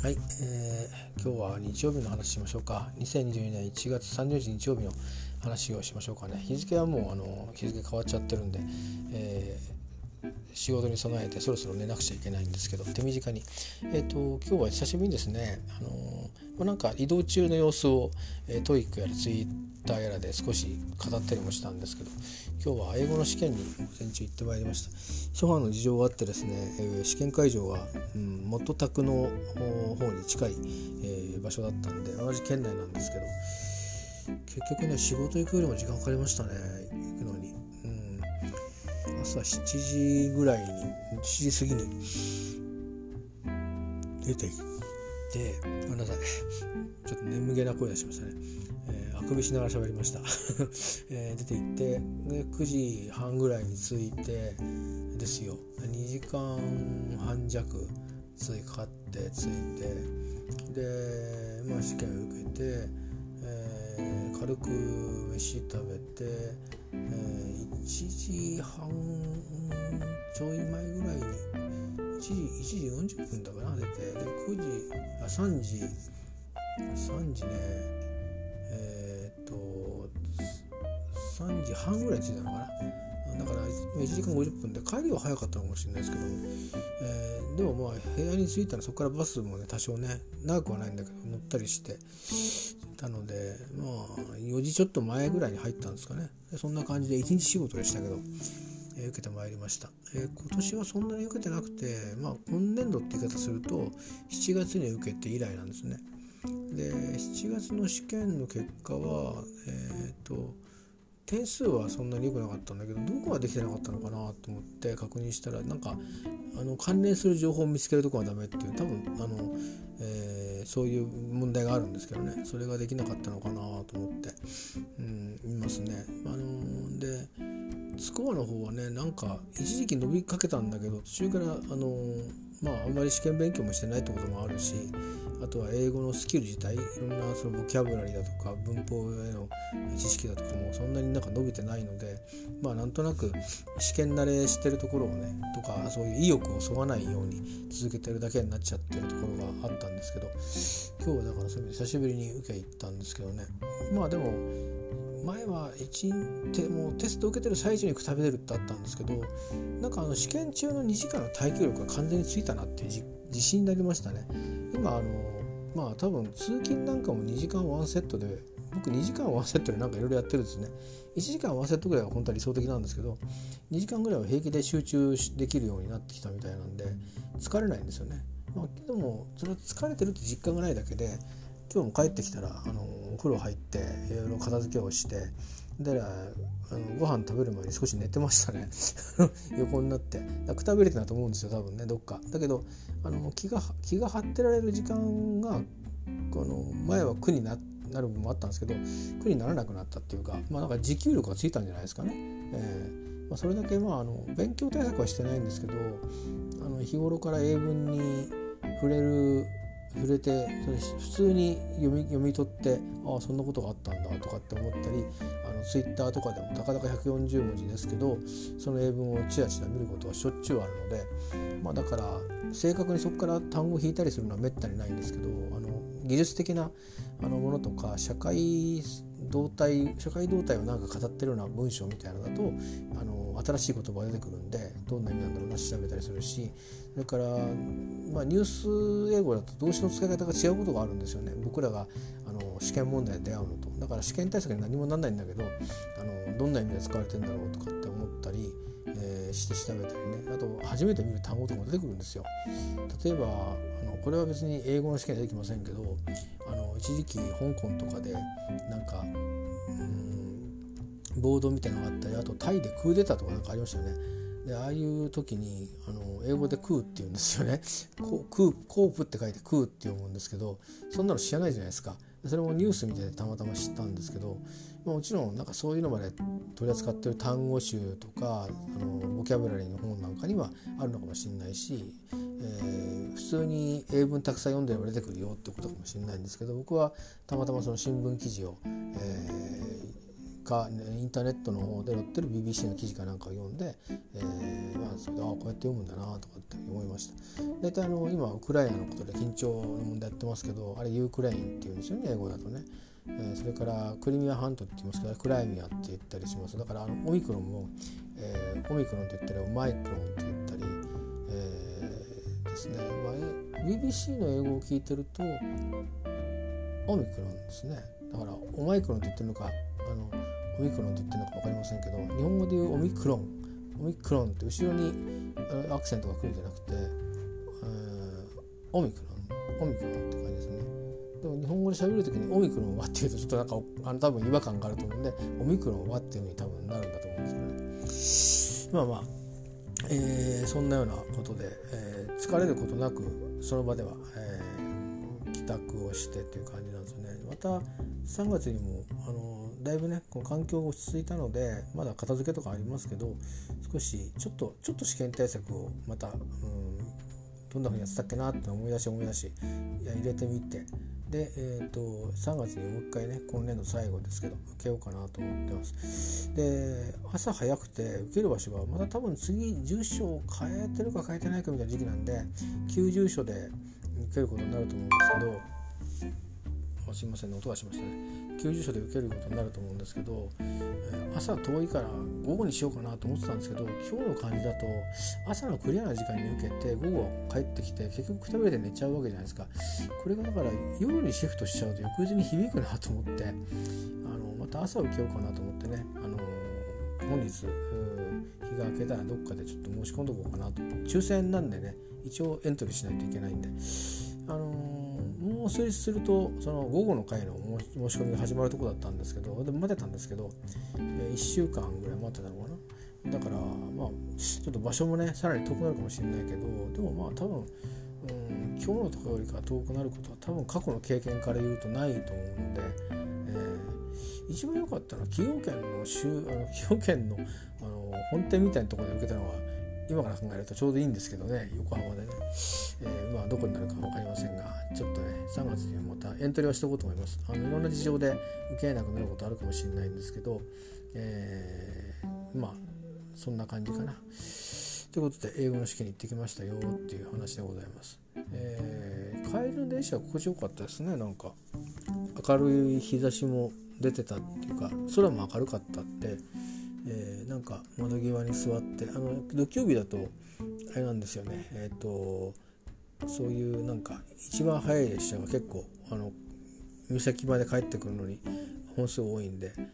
はい、今日は日曜日の話しましょうか。2022年1月30日日曜日の話をしましょうかね。日付はもう日付変わっちゃってるんで、仕事に備えてそろそろ寝なくちゃいけないんですけど、手短に、今日は久しぶりにですね、なんか移動中の様子を、トイックやらツイッターやらで少し語ったりもしたんですけど、今日は英語の試験に午前中行ってまいりました。諸般の事情があってですね、試験会場が、モットタクの方に近い、場所だったんで同じ県内なんですけど、結局ね仕事行くよりも時間かかりましたね、行くのに。朝7時ぐらいに7時過ぎに出て行ってごめんなさい、ちょっと眠気な声出しましたね。あくびしながら喋りました、出て行ってで9時半ぐらいに着いてですよ、2時間半弱かかって着いて、で、試験受けて、軽く飯食べて、1時半ちょい前ぐらいに1時40分だかな出て、で3時ね3時半ぐらいに着いたのかな。だから1時間50分で帰りは早かったのかもしれないですけど、でも部屋に着いたらそこからバスもね多少ね長くはないんだけど乗ったりしてたので、4時ちょっと前ぐらいに入ったんですかね。でそんな感じで1日仕事でしたけど、受けてまいりました。今年はそんなに受けてなくて、今年度って言い方すると7月に受けて以来なんですね。で7月の試験の結果は点数はそんなに良くなかったんだけど、どこができてなかったのかなと思って確認したら、なんか関連する情報を見つけるところがダメっていう、多分そういう問題があるんですけどね、それができなかったのかなと思っていますね。でスコアの方はね、なんか一時期伸びかけたんだけど、途中からあんまり試験勉強もしてないってこともあるし、あとは英語のスキル自体いろんなそのボキャブラリーだとか文法への知識だとかもそんなになんか伸びてないので、なんとなく試験慣れしてるところをねとか、そういう意欲をそがないように続けてるだけになっちゃってるところがあったんですけど、今日はだからそういう意味で久しぶりに受け行ったんですけどね。でも前はもうテスト受けてる最中にくたびれるってあったんですけど、なんか試験中の2時間の耐久力が完全についたなっていう自信になりましたね。今多分通勤なんかも2時間ワンセットで、僕2時間ワンセットでなんかいろいろやってるんですね。1時間ワンセットぐらいは本当は理想的なんですけど、2時間ぐらいは平気で集中できるようになってきたみたいなんで疲れないんですよね。でもそれは疲れてるって実感がないだけで、今日も帰ってきたらお風呂入っていろいろ片付けをして、でご飯食べる前に少し寝てましたね横になってくたびれてなと思うんですよ多分ね、どっかだけど気が張ってられる時間が前は苦になる部分もあったんですけど、苦にならなくなったっていうか、なんか持久力がついたんじゃないですかね。それだけ勉強対策はしてないんですけど、日頃から英文に触れて、それ普通に読み取って、そんなことがあったんだとかって思ったり、ツイッターとかでもたかだか140文字ですけど、その英文をチラチラ見ることはしょっちゅうあるので、だから正確にそこから単語を引いたりするのはめったにないんですけど、技術的なものとか社会動態をなんか語ってるような文章みたいなのだと新しい言葉が出てくるんで、どんな意味なんだろうな調べたりするし、それからニュース英語だと動詞の使い方が違うことがあるんですよね。僕らが試験問題で出会うのと、だから試験対策に何もならないんだけど、どんな意味で使われてるんだろうとかって思ったり、して調べたりね、あと初めて見る単語とかも出てくるんですよ。例えばこれは別に英語の試験でできませんけど、一時期香港とかでなんかボードみたいなのがあったり、あとタイでクーデターとかなんかありましたよね。でああいう時に英語でクーって言うんですよね。コープって書いてクーって読むんですけど、そんなの知らないじゃないですか。それもニュース見てたまたま知ったんですけど、もちろんなんかそういうのまで取り扱ってる単語集とかボキャブラリーの本なんかにはあるのかもしれないし、普通に英文たくさん読んでれば出てくるよってことかもしれないんですけど、僕はたまたまその新聞記事を、 かインターネットの方で載ってる BBC の記事かなんかを読んで、それでこうやって読むんだなとかって思いました。大体今ウクライナのことで緊張の問題やってますけど、あれユークレインっていうんですよね、英語だとね。それからクリミア半島って言いますけど、クライミアって言ったりします。だからオミクロンも、オミクロンって言ったりマイクロンって言ったり、ですね、BBC の英語を聞いてるとオミクロンですね。だからオマイクロンって言ってるのかオミクロンって言ってるのか分かりませんけど、日本語で言うオミクロンって後ろにアクセントが来るんじゃなくて、オミクロンって感じですね。でも日本語で喋るときにオミクロンはっていうとちょっとなんか多分違和感があると思うんで、オミクロンはっていうふうに多分なるんだと思うんですよね。そんなようなことで、疲れることなくその場では、帰宅をしてっていう感じなんですよね。また3月にもだいぶねこの環境が落ち着いたので、まだ片付けとかありますけど、少しちょっと試験対策をまた、どんな風にやってたっけなって思い出し入れてみて、で、3月にもう一回ね今年度最後ですけど受けようかなと思ってます。で、朝早くて受ける場所がまた多分次住所を変えてるか変えてないかみたいな時期なんで、旧住所で受けることになると思うんですけど、すいませんね、音がしましたね。旧住所で受けることになると思うんですけど、朝遠いから午後にしようかなと思ってたんですけど、今日の感じだと朝のクリアな時間に受けて午後帰ってきて結局くたびれて寝ちゃうわけじゃないですか。これがだから夜にシフトしちゃうと翌日に響くなと思って、また朝受けようかなと思ってね、本日日が明けたらどっかでちょっと申し込んどこうかなと。抽選なんでね、一応エントリーしないといけないんで、もう数日するとその午後の会の申し込みが始まるとこだったんですけど、でも待てたんですけど、1週間ぐらい待ってたのかな。だからちょっと場所もねさらに遠くなるかもしれないけど、でも多分、今日のところよりか遠くなることは多分過去の経験から言うとないと思うので、一番良かったのは崎陽軒の本店みたいなところで受けたのは今から考えるとちょうどいいんですけどね、横浜でね、どこになるか分かりませんが、ちょっとね3月にまたエントリーはしておこうと思います。いろんな事情で受けれなくなることあるかもしれないんですけど、そんな感じかなということで、英語の試験に行ってきましたよっていう話でございます。帰りの電車は心地よかったですね。なんか明るい日差しも出てたっていうか、空も明るかったって、なんか窓際に座って、土曜日だとあれなんですよね、そういうなんか一番早い列車が結構岬まで帰ってくるのに本数多いんで、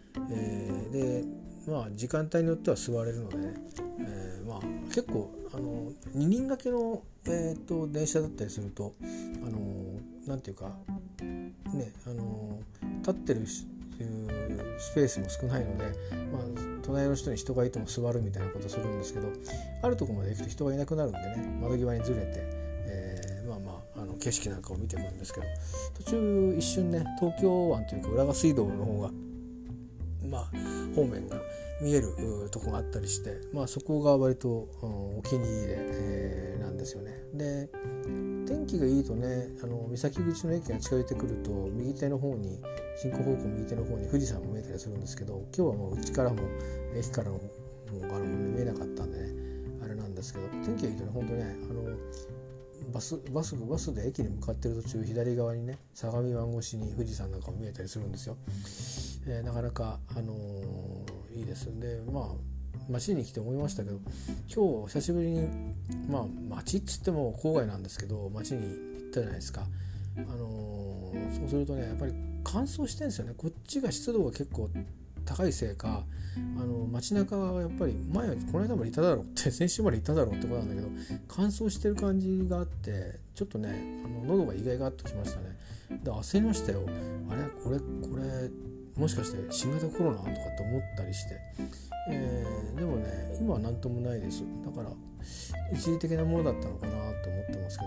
時間帯によっては座れるのでね、結構2人掛けの、電車だったりするとなんていうかね、立ってるスペースも少ないので、隣の人に人がいても座るみたいなことするんですけど、あるところまで行くと人がいなくなるんでね、窓際にずれて、景色なんかを見てくるんですけど、途中一瞬ね東京湾というか浦賀水道の方が方面が見えるとこがあったりして、そこが割とお気に入りで、なんですよね。で、天気がいいとね、三崎口の駅が近寄ってくると右手の方に進行方向右手の方に富士山も見えたりするんですけど、今日はもううちからも駅からも見えなかったんでねあれなんですけど、天気がいいとね本当ねバスで駅に向かってる途中左側にね相模湾越しに富士山なんかも見えたりするんですよ。なかなか、いいですんで、街に来て思いましたけど、今日久しぶりに街っつっても郊外なんですけど街に行ったじゃないですか。そうするとねやっぱり乾燥してるんですよね。こっちが湿度が結構高いせいか街中はやっぱりこの間までいただろうって先週までいただろうってことなんだけど、乾燥してる感じがあってちょっとね喉が意外がっときましたね。で焦りましたよ。あれこれもしかして新型コロナとかって思ったりして、でもね今は何ともないです。だから一時的なものだったのかなと思ってますけ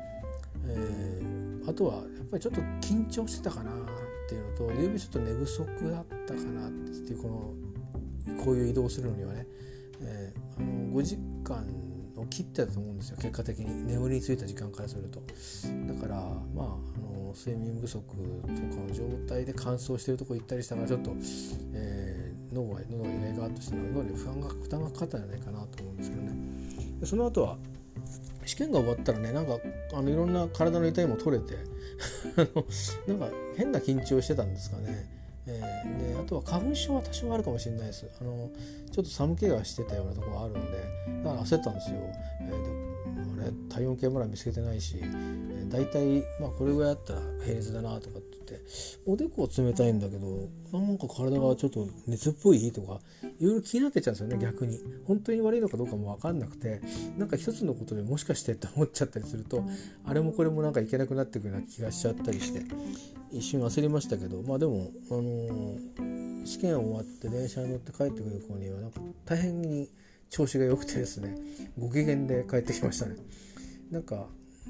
ど、あとはやっぱりちょっと緊張してたかなっていうのと、ゆうべちょっと寝不足だったかなっていうこういう移動するのにはね、5時間を切ってたと思うんですよ、結果的に眠りについた時間からすると。だから睡眠不足とかの状態で乾燥してるとこ行ったりしたからちょっと、 喉が意外があっとして脳に負担がかかったんじゃないかなと思うんですけどね。でその後は試験が終わったらね、なんかいろんな体の痛いも取れてなんか変な緊張してたんですかね。であとは花粉症は多少あるかもしれないです。ちょっと寒気がしてたようなところがあるんで、だから焦ったんですよ。で体温計まだ見つけてないし、だいたいこれぐらいだったら平熱だなとかって言って、おでこは冷たいんだけどなんか体がちょっと熱っぽいとかいろいろ気になってっちゃうんですよね。逆に本当に悪いのかどうかも分かんなくて、なんか一つのことでもしかしてって思っちゃったりすると、あれもこれもなんかいけなくなってくるような気がしちゃったりして、一瞬焦りましたけど、でも試験終わって電車に乗って帰ってくる頃にはなんか大変に調子が良くてですね、ご機嫌で帰ってきましたね。なんか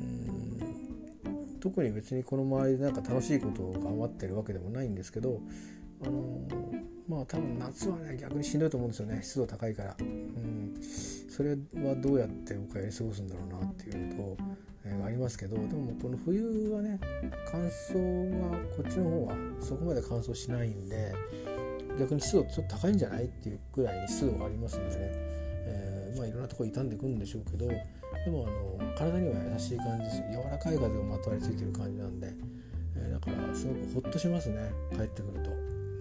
特に別にこの周りでなんか楽しいことが待ってるわけでもないんですけど、多分夏はね逆にしんどいと思うんですよね。湿度高いから、それはどうやって僕はやり過ごすんだろうなっていうのと、ありますけど、でもこの冬はね乾燥がこっちの方はそこまで乾燥しないんで、逆に湿度ちょっと高いんじゃないっていうぐらいに湿度がありますんでね、いろんなところ傷んでくるんでしょうけど、でも体には優しい感じです。柔らかい風がまとわりついてる感じなんで、だからすごくほっとしますね、帰ってくると。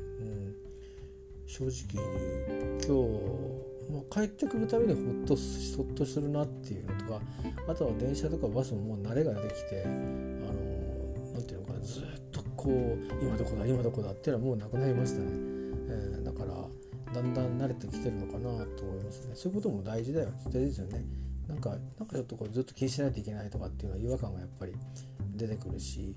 正直今日、帰ってくるたびにほっとするなっていうのとか、あとは電車とかバスももう慣れが出てきて、なんていうのかな、ずっとこう今どこだっていうのはもうなくなりましたね。だからだんだん慣れてきてるのかなと思いますね。そういうことも大事ですよね。なんかちょっとこうずっと気にしないといけないとかっていうのは違和感がやっぱり出てくるし、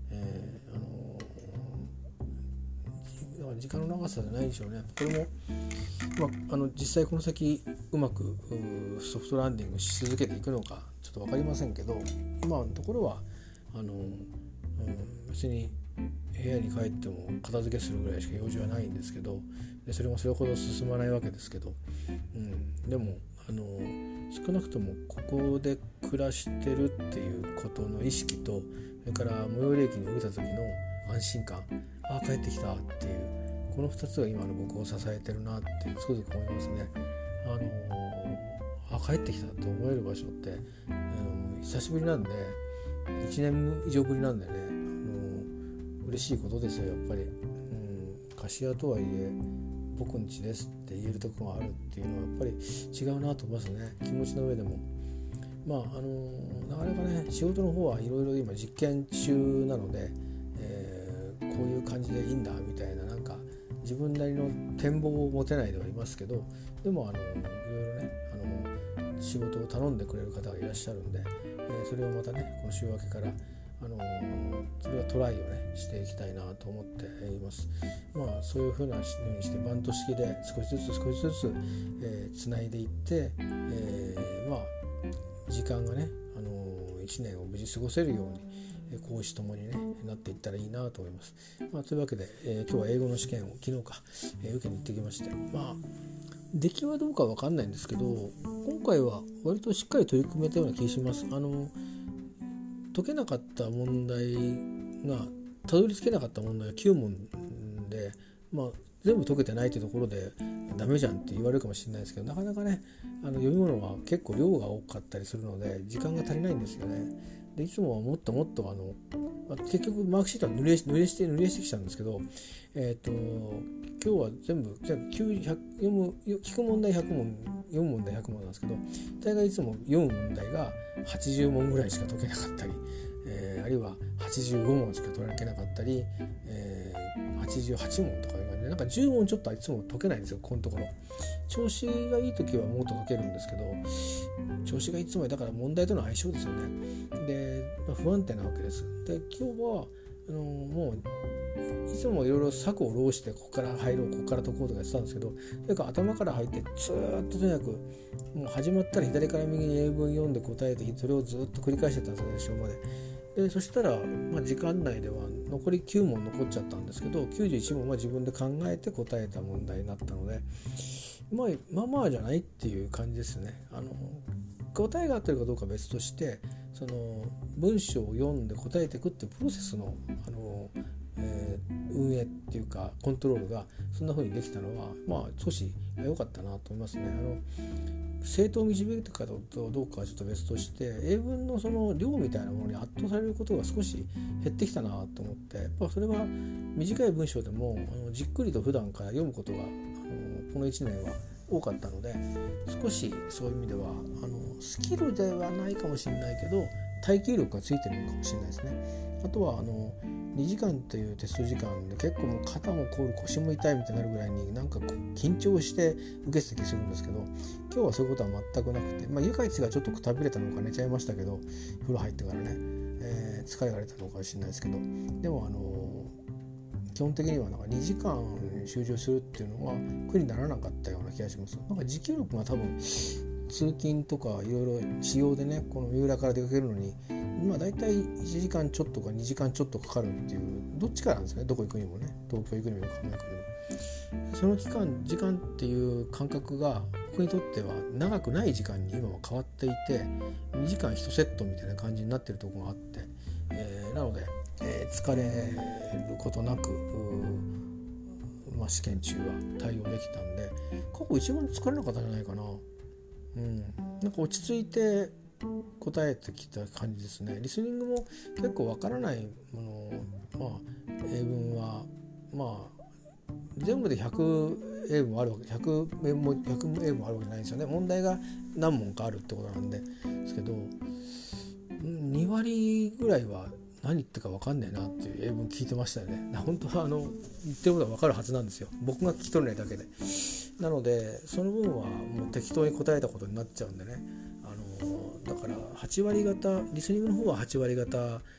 時間の長さじゃないでしょうね。これも、実際この先うまくソフトランディングし続けていくのかちょっと分かりませんけど、今のところは別に部屋に帰っても片付けするぐらいしか用事はないんですけど、でそれもそれほど進まないわけですけど、でも少なくともここで暮らしてるっていうことの意識と、それから最寄り駅に降りた時の安心感、帰ってきたっていう、この2つが今の僕を支えてるなってつくづく思いますね。帰ってきたと思える場所って久しぶりなんで、1年以上ぶりなんでね、嬉しいことですよやっぱり。貸家とはいえ僕ん家ですって言えるところがあるっていうのはやっぱり違うなと思いますね。気持ちの上でもなかなかね仕事の方はいろいろ今実験中なので、こういう感じでいいんだみたいな、なんか自分なりの展望を持てないではいますけど、でもいろいろね仕事を頼んでくれる方がいらっしゃるんで、それをまたねこの週明けからそれはトライをねしていきたいなと思っています。そういう風にしてバント式で少しずつつないでいって、時間がね1年を無事過ごせるように講師ともにねなっていったらいいなと思います。というわけで、今日は英語の試験を昨日か、受けに行ってきまして、出来はどうか分かんないんですけど、今回は割としっかり取り組めたような気がします。解けなかった問題がたどり着けなかった問題が9問で、全部解けてないというところでダメじゃんって言われるかもしれないですけど、なかなかね読み物は結構量が多かったりするので時間が足りないんですよね。でいつもはもっと結局マークシートは濡れしてきちゃうんですけど、今日は全部聞く問題100問読む問題100問なんですけど、大概いつも読む問題が80問ぐらいしか解けなかったり、あるいは85問しか解けなかったり、88問とかいう感じで、なんか10問ちょっといつも解けないんですよ。このところ調子がいい時はもっと解けるんですけど、調子がいつもだから問題との相性ですよね。で、不安定なわけです。で今日はもういつもいろいろ策を浪してここから入ろうここから解こうとかやってたんですけど、頭から入ってずっととにかくもう始まったら左から右に英文読んで答えて、それをずっと繰り返してたんですよね、初まで。そしたら、時間内では残り9問残っちゃったんですけど、91問は自分で考えて答えた問題になったので、まあじゃないっていう感じですね。答えが合ってるかどうかは別として、その文章を読んで答えていくっていうプロセスの、 運営っていうかコントロールがそんな風にできたのは少し良かったなと思いますね。正当を導いたかどうかはちょっと別として、英文のその量みたいなものに圧倒されることが少し減ってきたなと思って、やっぱそれは短い文章でもじっくりと普段から読むことがこの1年は多かったので、少しそういう意味ではスキルではないかもしれないけど耐久力がついてるのかもしれないですね。あとは2時間というテスト時間で結構もう肩も凝る腰も痛いみたいになるぐらいになんかこう緊張して受けてた気するんですけど、今日はそういうことは全くなくて、ゆかいちがちょっとくたびれたのか寝ちゃいましたけど、風呂入ってからね、疲れが出たのかもしれないですけど、でも基本的にはなんか2時間集中するっていうのは苦にならなかったような気がします。なんか持久力が多分通勤とかいろいろ仕様でね、この三浦から出かけるのにだいたい1時間ちょっとか2時間ちょっとかかるっていう、どっちかなんですよね。どこ行くにもね、東京行くにも関西行くにも、その時間っていう感覚が僕にとっては長くない時間に今は変わっていて、2時間1セットみたいな感じになってるところがあって、なので、疲れることなく試験中は対応できたんで、過去一番疲れなかったんじゃないかな。なんか落ち着いて答えてきた感じですね。リスニングも結構わからないもの、英文は全部で100英文あるわけ、100英文あるわけじゃないんですよね。問題が何問かあるってことなんですけど、2割ぐらいは何言ってるか分かんないなっていう英文聞いてましたよね。本当は言ってることは分かるはずなんですよ。僕が聞き取れないだけで。なのでその分はもう適当に答えたことになっちゃうんでね。だから8割方、リスニングの方は8割方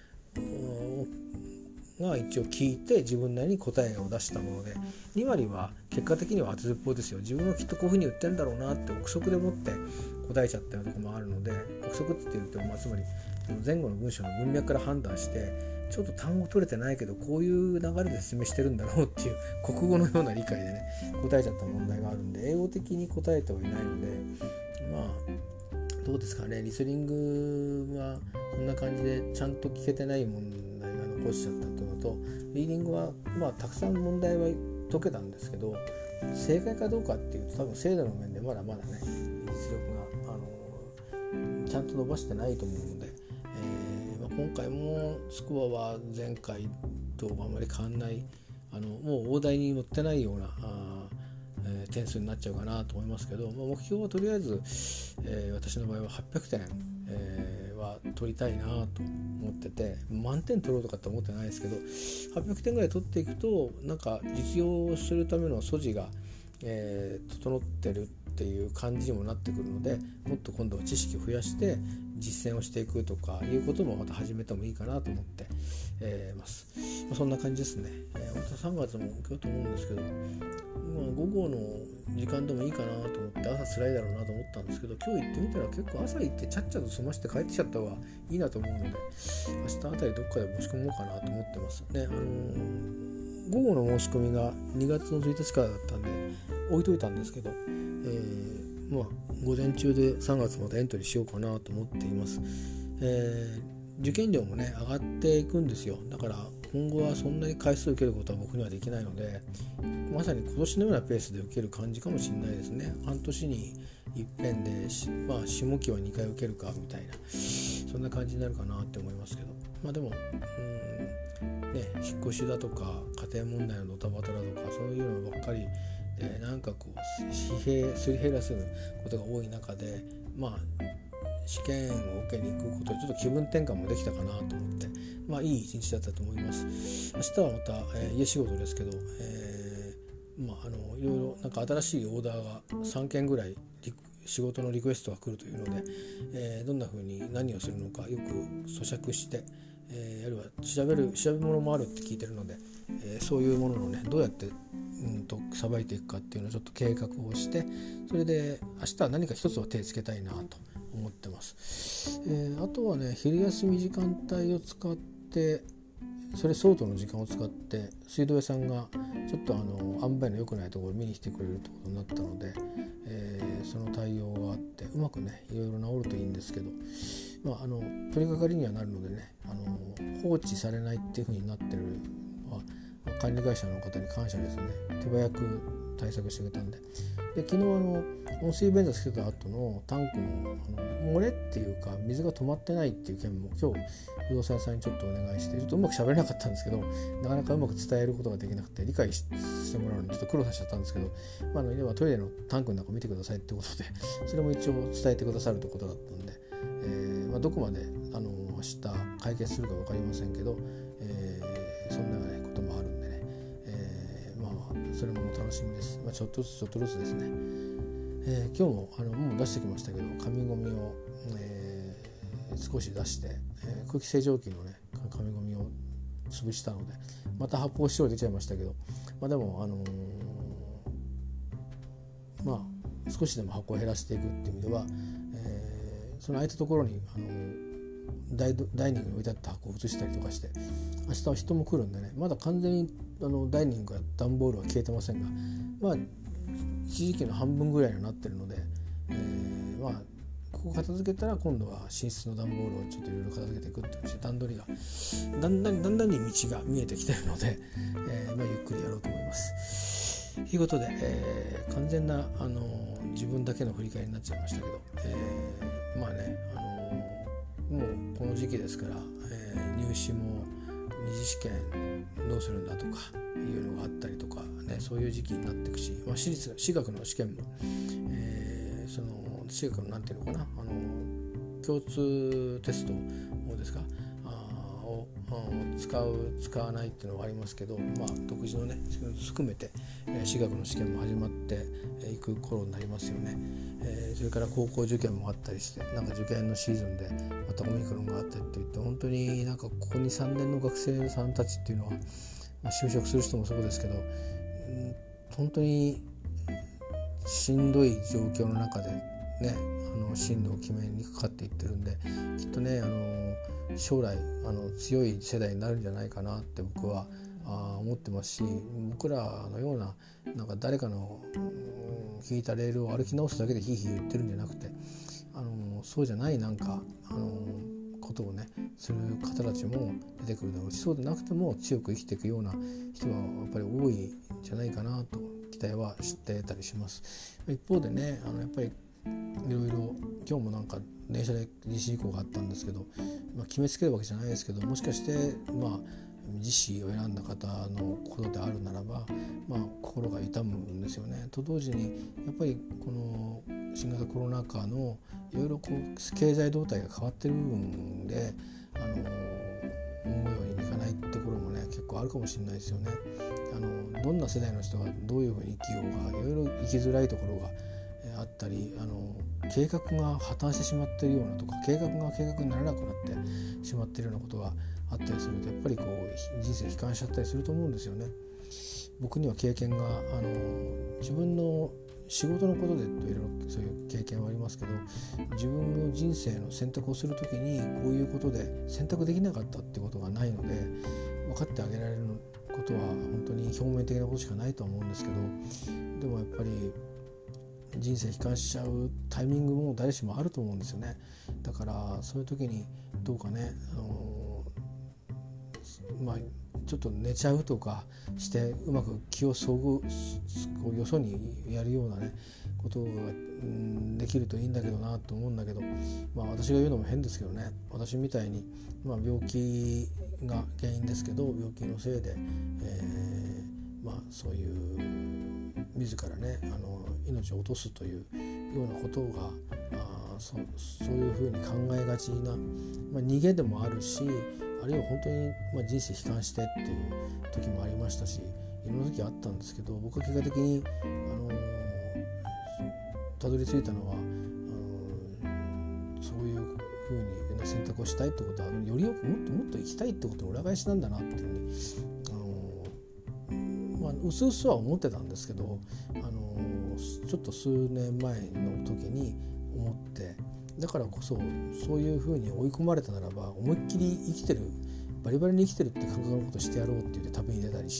が一応聞いて自分なりに答えを出したもので、2割は結果的には当てずっぽうですよ。自分はきっとこういうふうに言ってるんだろうなって憶測でもって答えちゃったようなところもあるので、憶測って言ってもつまり前後の文章の文脈から判断してちょっと単語取れてないけどこういう流れで説明してるんだろうっていう国語のような理解でね答えちゃった問題があるんで、英語的に答えてはいないので、どうですかね。リスニングはそんな感じでちゃんと聞けてない問題が残しちゃったというのと、リーディングはたくさん問題は解けたんですけど、正解かどうかっていうと多分精度の面でまだまだね実力がちゃんと伸ばしてないと思うので、今回もスコアは前回とあまり変わんない、もう大台に乗ってないような点数になっちゃうかなと思いますけど、目標はとりあえず、私の場合は800点、は取りたいなと思ってて、満点取ろうとかって思ってないですけど、800点ぐらい取っていくとなんか実用するための素地が、整ってるっていう感じにもなってくるので、もっと今度は知識を増やして実践をしていくとかいうこともまた始めてもいいかなと思って、ます。そんな感じですね。また3月も受けようと思うんですけど、午後の時間でもいいかなと思って、朝辛いだろうなと思ったんですけど、今日行ってみたら結構朝行ってちゃっちゃと済まして帰ってきちゃった方がいいなと思うので、明日あたりどっかで申し込もうかなと思ってますね。午後の申し込みが2月の1日からだったんで置いといたんですけど、午前中で3月までエントリーしようかなと思っています。受験料もね上がっていくんですよ。だから今後はそんなに回数受けることは僕にはできないので、まさに今年のようなペースで受ける感じかもしれないですね。半年に一遍で下期は2回受けるかみたいな、そんな感じになるかなって思いますけど、でも引っ越しだとか家庭問題のドタバタだとかそういうのばっかりで、なんかこうすり減らすことが多い中で、試験を受けに行くことでちょっと気分転換もできたかなと思って、いい一日だったと思います。明日はまた、家仕事ですけど、いろいろなんか新しいオーダーが3件ぐらい仕事のリクエストが来るというので、どんな風に何をするのかよく咀嚼して、あるいは調べ物もあるって聞いてるので、そういうもののねどうやってさばいていくかっていうのをちょっと計画をして、それで明日は何か一つは手をつけたいなと思ってます。あとはね昼休み時間帯を使って、それ相当の時間を使って水道屋さんがちょっと塩梅の良くないところを見に来てくれるってことになったので、その対応があってうまくねいろいろ治るといいんですけど、取り掛かりにはなるのでね、放置されないっていう風になってるのは管理会社の方に感謝ですね。手早く対策してくれたんで。で昨日温水便座つけた後のタンクの漏れっていうか水が止まってないっていう件も今日不動産屋さんにちょっとお願いして、ちょっとうまく喋れなかったんですけど、なかなかうまく伝えることができなくて理解してもらうのにちょっと苦労させちゃったんですけど、要はトイレのタンクの中見てくださいってことで、それも一応伝えてくださるということだったんで、どこまで明日解決するか分かりませんけど、そんなようなこともあるんでね、それも楽しみです。ちょっとずつですね。今日ももう出してきましたけど、紙ゴミを、少し出して、空気清浄機のね紙ゴミを潰したので、また発泡スチロール出ちゃいましたけど、でも少しでも箱を減らしていくっていう意味では、その空いたところにダイニングに置いてあった箱を移したりとかして、明日は人も来るんでね、まだ完全にダイニングや段ボールは消えてませんが、一時期の半分ぐらいになってるので、ここ片付けたら今度は寝室の段ボールをちょっといろいろ片付けていくっていう段取りがだんだんに道が見えてきてるので、ゆっくりやろうと思います。ということで、完全な自分だけの振り返りになっちゃいましたけど、もうこの時期ですから、入試も二次試験どうするんだとかいうのがあったりとかね、そういう時期になっていくし、私学の試験も、その私学のなんていうのかな、共通テストをですかを使わないっていうのがありますけど、独自のね含めて私学の試験も始まっていく頃になりますよね。それから高校受験もあったりして、受験のシーズンでまたオミクロンがあったりといって、本当にここ 2,3 年の学生さんたちっていうのは、就職する人もそうですけど、本当にしんどい状況の中でね、進路を決めにかかっていってるんで、きっとね将来強い世代になるんじゃないかなって僕は思ってますし、僕らのような誰かの引いたレールを歩き直すだけでヒーヒー言ってるんじゃなくて、そうじゃないことをねする方たちも出てくるだろうし、そうでなくても強く生きていくような人はやっぱり多いんじゃないかなと期待はしてたりします。一方でねやっぱりいろいろ今日も電車で自死事故があったんですけど、決めつけるわけじゃないですけど、もしかして自死を選んだ方のことであるならば、心が痛むんですよね。と同時にやっぱりこの新型コロナ禍のいろいろ経済動態が変わってる部分で思うようにいかないってところもね結構あるかもしれないですよね。どんな世代の人がどういうふうに生きようがいろいろ生きづらいところがあったり、計画が破綻してしまっているようなとか、計画にならなくなってしまっているようなことがあったりすると、やっぱり人生悲観しちゃったりすると思うんですよね。僕には経験が自分の仕事のことでいろいろそういう経験はありますけど、自分の人生の選択をするときにこういうことで選択できなかったってことがないので、分かってあげられることは本当に表面的なことしかないとは思うんですけど、でもやっぱり人生悲観しちゃうタイミングも誰しもあると思うんですよね。だからそういう時にどうかねちょっと寝ちゃうとかしてうまく気をよそにやるようなねことができるといいんだけどなと思うんだけど、私が言うのも変ですけどね、私みたいに、病気が原因ですけど、病気のせいで、そういう自らね命を落とすというようなことがそういうふうに考えがちな、逃げでもあるし、あるいは本当に人生悲観してっていう時もありましたし、いろんな時あったんですけど、僕は結果的にたどり着いたのはそういうふうに選択をしたいってことは、よりよくもっと生きたいってことの裏返しなんだなっていうふうにうすうすは思ってたんですけど、ちょっと数年前の時に思って、だからこそそういうふうに追い込まれたならば思いっきりバリバリに生きてるって感覚のことをしてやろうって言って旅に出たりして、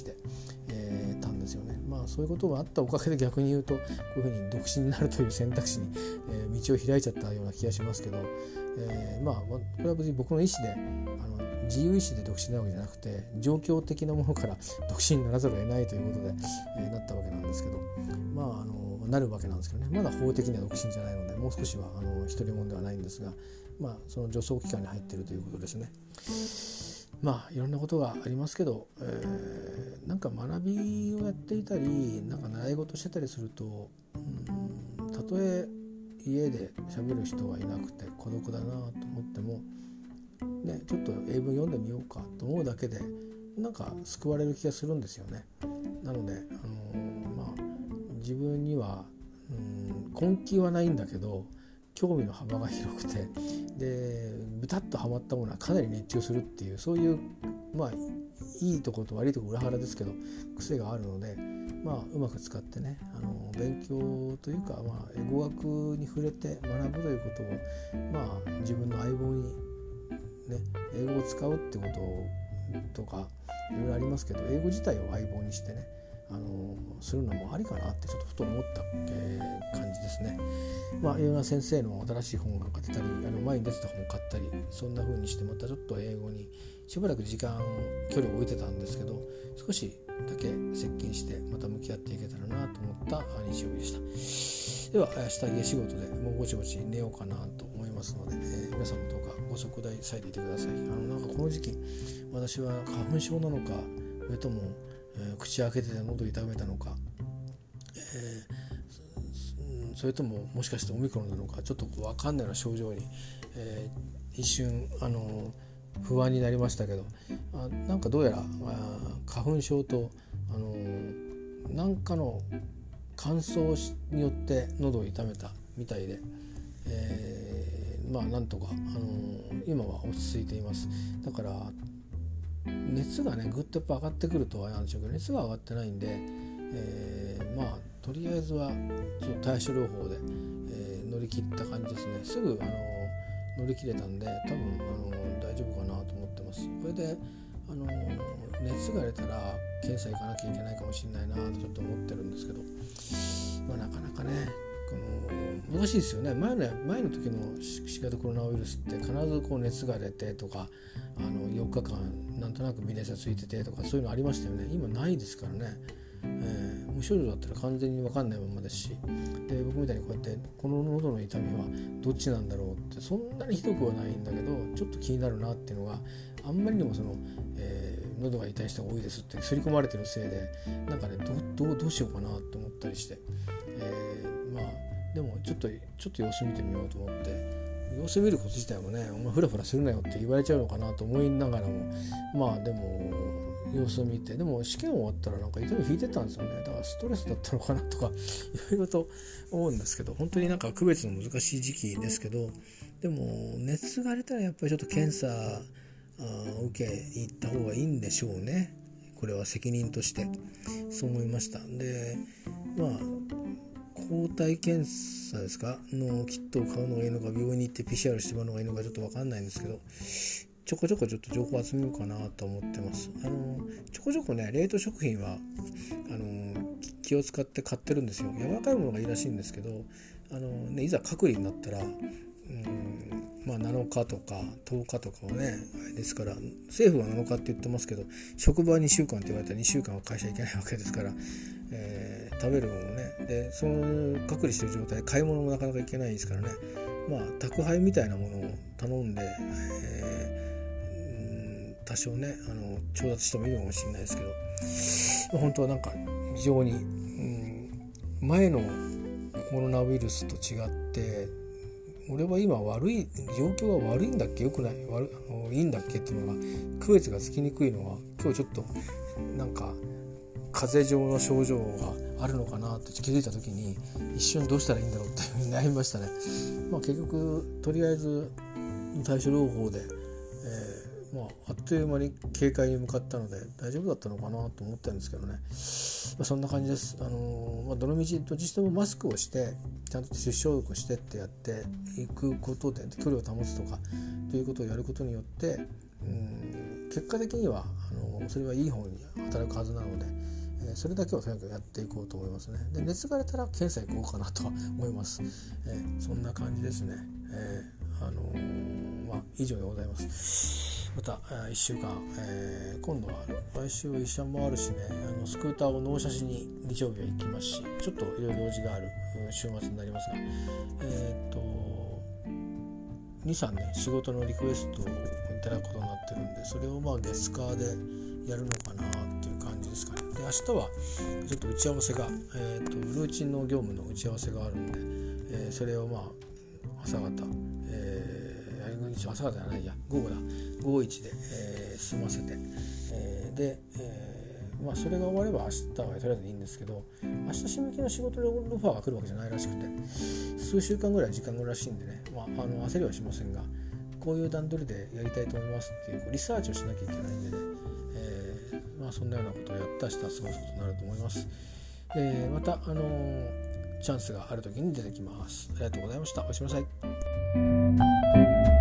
たんですよね。そういうことがあったおかげで逆に言うとこういうふうに独身になるという選択肢に、 道を開いちゃったような気がしますけど、これは別に僕の意思で自由意志で独身なわけじゃなくて、状況的なものから独身にならざるを得ないということで、なったわけなんですけど、なるわけなんですけどね、まだ法的には独身じゃないので、もう少しは独り者ではないんですが、その助走期間に入っているということですね。いろんなことがありますけど、なんか学びをやっていたり、なんか習い事してたりすると、たとえ家で喋る人がいなくて孤独だなと思っても、ちょっと英文読んでみようかと思うだけでなんか救われる気がするんですよね。なので、自分には、根気はないんだけど興味の幅が広くて、でビタッとハマったものはかなり熱中するっていう、そういういいところと悪いところ裏腹ですけど癖があるので、うまく使ってね、勉強というか、語学に触れて学ぶということを、自分の相棒に英語を使うってこととかいろいろありますけど、英語自体を相棒にしてね、するのもありかなってちょっとふと思った、感じですね。いろんな先生の新しい本が出たり、前に出てた本を買ったり、そんな風にしてまたちょっと英語にしばらく距離を置いてたんですけど、少しだけ接近してまた向き合っていけたらなと思った日曜日でした。では明日家仕事でもうぼちぼち寝ようかなと思いますので、皆さんもどうかご足代さえでいてください。なんかこの時期私は花粉症なのか、それとも、口開けてて喉痛めたのか、それとももしかしてオミクロンなのか、ちょっと分かんないような症状に、一瞬不安になりましたけど、なんかどうやら花粉症となんかの乾燥によって喉を痛めたみたいで、なんとか、今は落ち着いています。だから熱がねぐっとやっぱ上がってくるとはなんでしょうけど、熱が上がってないんで、とりあえずはちょっと対処療法で、乗り切った感じですね。すぐ乗り切れたんで、多分大丈夫かなと思ってます。これで熱が出たら検査行かなきゃいけないかもしれないなとちょっと思ってるんですけど、なかなかね難しいですよね。前の時の新型コロナウイルスって必ず熱が出てとか、4日間なんとなく微熱がついててとか、そういうのありましたよね。今ないですからね。無症状だったら完全に分かんないままですし、で僕みたいにこうやってこの喉の痛みはどっちなんだろうって、そんなにひどくはないんだけどちょっと気になるなっていうのが、あんまりにも喉が痛い人が多いですって刷り込まれてるせいで、なんかねどうしようかなと思ったりして、でもちょっと様子見てみようと思って、様子見ること自体もね、お前フラフラするなよって言われちゃうのかなと思いながらも、でも様子を見て、でも試験終わったらなんか痛み引いてたんですよね。だからストレスだったのかなとかいろいろと思うんですけど、本当になんか区別の難しい時期ですけど、でも熱が出たらやっぱりちょっと検査を受けに行った方がいいんでしょうね。これは責任としてそう思いました。で抗体検査ですかのキットを買うのがいいのか、病院に行って PCR してもらうのがいいのかちょっと分かんないんですけど、ちょこちょこちょっと情報集めようかなと思ってます。ちょこちょこね、冷凍食品は気を使って買ってるんですよ。柔らかいものがいいらしいんですけど、いざ隔離になったら7日とか10日とかはねですから、政府は7日って言ってますけど、職場は2週間って言われたら2週間は会社行けないわけですから、食べるものね、でその隔離してる状態で買い物もなかなか行けないですからね、宅配みたいなものを頼んで、多少ね調達してもいいのかもしれないですけど、本当はなんか非常に、前のコロナウイルスと違って、俺は今状況が悪いんだっけ良くないいいんだっけっていうのが区別がつきにくいのは、今日ちょっとなんか風邪状の症状があるのかなって気づいた時に、一瞬どうしたらいいんだろうっていうふうに悩みましたね。結局とりあえず対処療法で、あっという間に軽快に向かったので大丈夫だったのかなと思ってるんですけどね。そんな感じです。どの道どっちしてもマスクをしてちゃんと手指消毒してってやっていくことで距離を保つとかということをやることによって、結果的にはそれはいい方に働くはずなので、 それだけをとにかくやっていこうと思いますね。で熱が出たら検査行こうかなとは思います。そんな感じですね。以上でございます。また1週間、今度は来週は医者もあるしね、スクーターを納車しに日曜日は行きますし、ちょっといろいろ用事がある週末になりますが、2、3ね仕事のリクエストをいただくことになってるんで、それを月火でやるのかなっていう感じですかね。で明日はちょっと打ち合わせが、ルーチンの業務の打ち合わせがあるんで、それを朝方、朝方じゃないや午後1で、済ませて、それが終われば明日はとりあえずいいんですけど、明日締め切りの仕事でオファーが来るわけじゃないらしくて、数週間ぐらい時間があるらしいんでね、焦りはしませんが、こういう段取りでやりたいと思いますっていうリサーチをしなきゃいけないんでね、そんなようなことをやった明日は過ごすことになると思います。またチャンスがある時に出てきます。ありがとうございました。おやすみなさい。